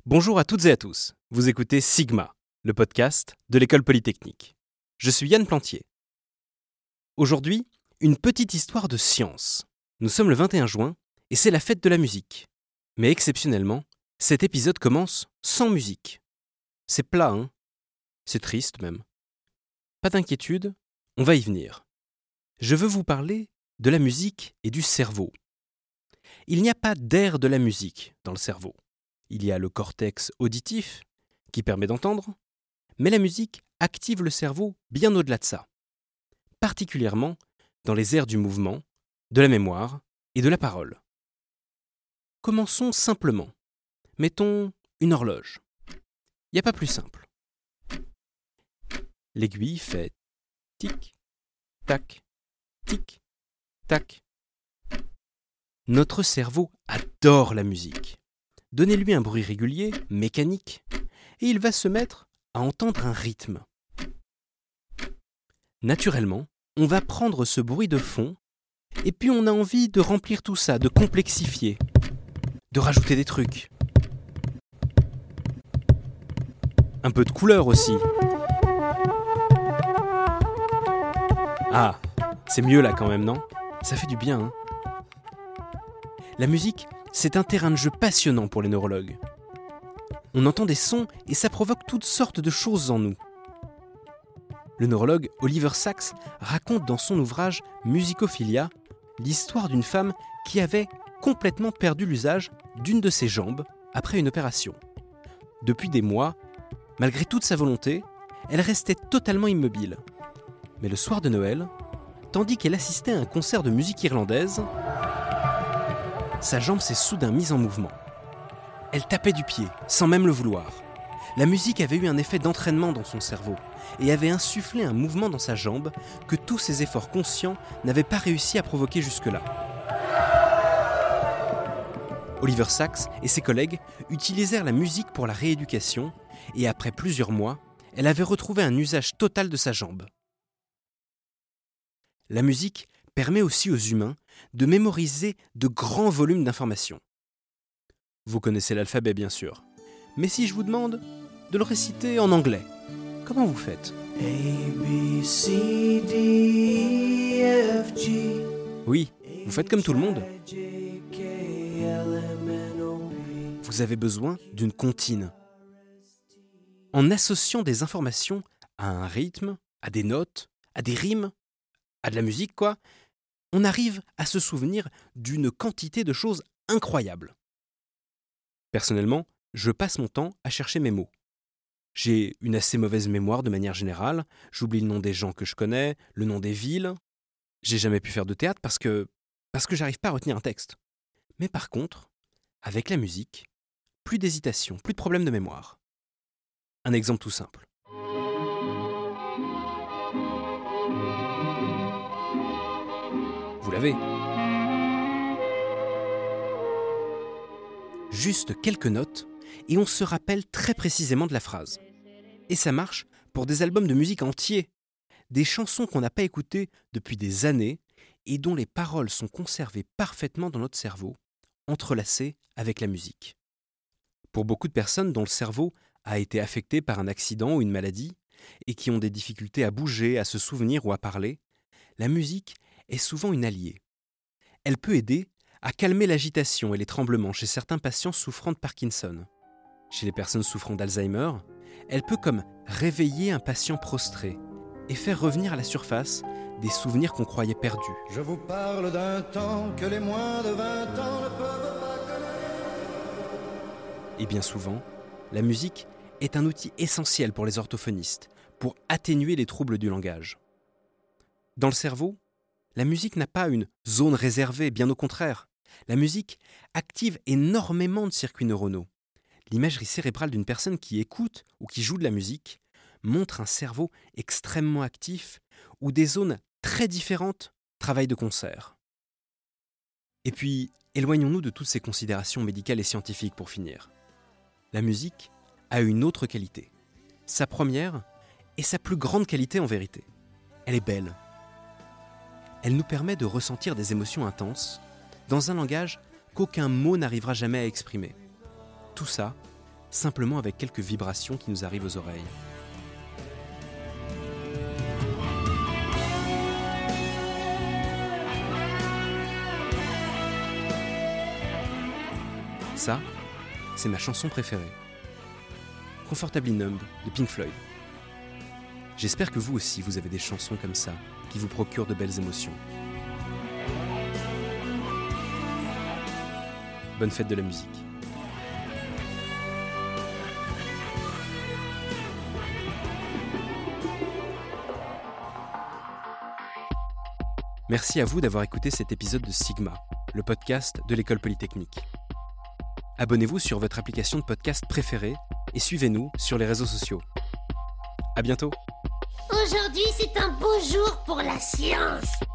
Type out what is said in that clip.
Bonjour à toutes et à tous, vous écoutez Sigma, le podcast de l'École Polytechnique. Je suis Yann Plantier. Aujourd'hui, une petite histoire de science. Nous sommes le 21 juin et c'est la fête de la musique. Mais exceptionnellement, cet épisode commence sans musique. C'est plat, hein ? C'est triste même. Pas d'inquiétude, on va y venir. Je veux vous parler de la musique et du cerveau. Il n'y a pas d'air de la musique dans le cerveau. Il y a le cortex auditif, qui permet d'entendre, mais la musique active le cerveau bien au-delà de ça, particulièrement dans les aires du mouvement, de la mémoire et de la parole. Commençons simplement. Mettons une horloge. Il n'y a pas plus simple. L'aiguille fait tic, tac, tic, tac. Notre cerveau adore la musique. Donnez-lui un bruit régulier, mécanique, et il va se mettre à entendre un rythme. Naturellement, on va prendre ce bruit de fond, et puis on a envie de remplir tout ça, de complexifier, de rajouter des trucs. Un peu de couleur aussi. Ah, c'est mieux là quand même, non ? Ça fait du bien, hein ? La musique, c'est un terrain de jeu passionnant pour les neurologues. On entend des sons et ça provoque toutes sortes de choses en nous. Le neurologue Oliver Sacks raconte dans son ouvrage Musicophilia l'histoire d'une femme qui avait complètement perdu l'usage d'une de ses jambes après une opération. Depuis des mois, malgré toute sa volonté, elle restait totalement immobile. Mais le soir de Noël, tandis qu'elle assistait à un concert de musique irlandaise, sa jambe s'est soudain mise en mouvement. Elle tapait du pied, sans même le vouloir. La musique avait eu un effet d'entraînement dans son cerveau et avait insufflé un mouvement dans sa jambe que tous ses efforts conscients n'avaient pas réussi à provoquer jusque-là. Oliver Sacks et ses collègues utilisèrent la musique pour la rééducation et après plusieurs mois, elle avait retrouvé un usage total de sa jambe. La musique permet aussi aux humains de mémoriser de grands volumes d'informations. Vous connaissez l'alphabet bien sûr, mais si je vous demande de le réciter en anglais, comment vous faites ? A, B, C, D, E, F, G. Oui, vous faites comme tout le monde. J, K, L, M, N, O, P. Vous avez besoin d'une comptine. En associant des informations à un rythme, à des notes, à des rimes, à de la musique quoi, on arrive à se souvenir d'une quantité de choses incroyables. Personnellement, je passe mon temps à chercher mes mots. J'ai une assez mauvaise mémoire de manière générale, j'oublie le nom des gens que je connais, le nom des villes. J'ai jamais pu faire de théâtre parce que j'arrive pas à retenir un texte. Mais par contre, avec la musique, plus d'hésitation, plus de problème de mémoire. Un exemple tout simple. Vous l'avez. Juste quelques notes et on se rappelle très précisément de la phrase. Et ça marche pour des albums de musique entiers, des chansons qu'on n'a pas écoutées depuis des années et dont les paroles sont conservées parfaitement dans notre cerveau, entrelacées avec la musique. Pour beaucoup de personnes dont le cerveau a été affecté par un accident ou une maladie et qui ont des difficultés à bouger, à se souvenir ou à parler, la musique est souvent une alliée. Elle peut aider à calmer l'agitation et les tremblements chez certains patients souffrant de Parkinson. Chez les personnes souffrant d'Alzheimer, elle peut comme réveiller un patient prostré et faire revenir à la surface des souvenirs qu'on croyait perdus. Je vous parle d'un temps que les moins de 20 ans ne peuvent pas connaître. Et bien souvent, la musique est un outil essentiel pour les orthophonistes, pour atténuer les troubles du langage. Dans le cerveau, la musique n'a pas une zone réservée, bien au contraire. La musique active énormément de circuits neuronaux. L'imagerie cérébrale d'une personne qui écoute ou qui joue de la musique montre un cerveau extrêmement actif où des zones très différentes travaillent de concert. Et puis, éloignons-nous de toutes ces considérations médicales et scientifiques pour finir. La musique a une autre qualité. Sa première et sa plus grande qualité en vérité. Elle est belle. Elle nous permet de ressentir des émotions intenses dans un langage qu'aucun mot n'arrivera jamais à exprimer. Tout ça simplement avec quelques vibrations qui nous arrivent aux oreilles. Ça, c'est ma chanson préférée. Comfortably Numb de Pink Floyd. J'espère que vous aussi, vous avez des chansons comme ça, qui vous procurent de belles émotions. Bonne fête de la musique. Merci à vous d'avoir écouté cet épisode de Sigma, le podcast de l'École Polytechnique. Abonnez-vous sur votre application de podcast préférée et suivez-nous sur les réseaux sociaux. À bientôt. Aujourd'hui, c'est un beau jour pour la science.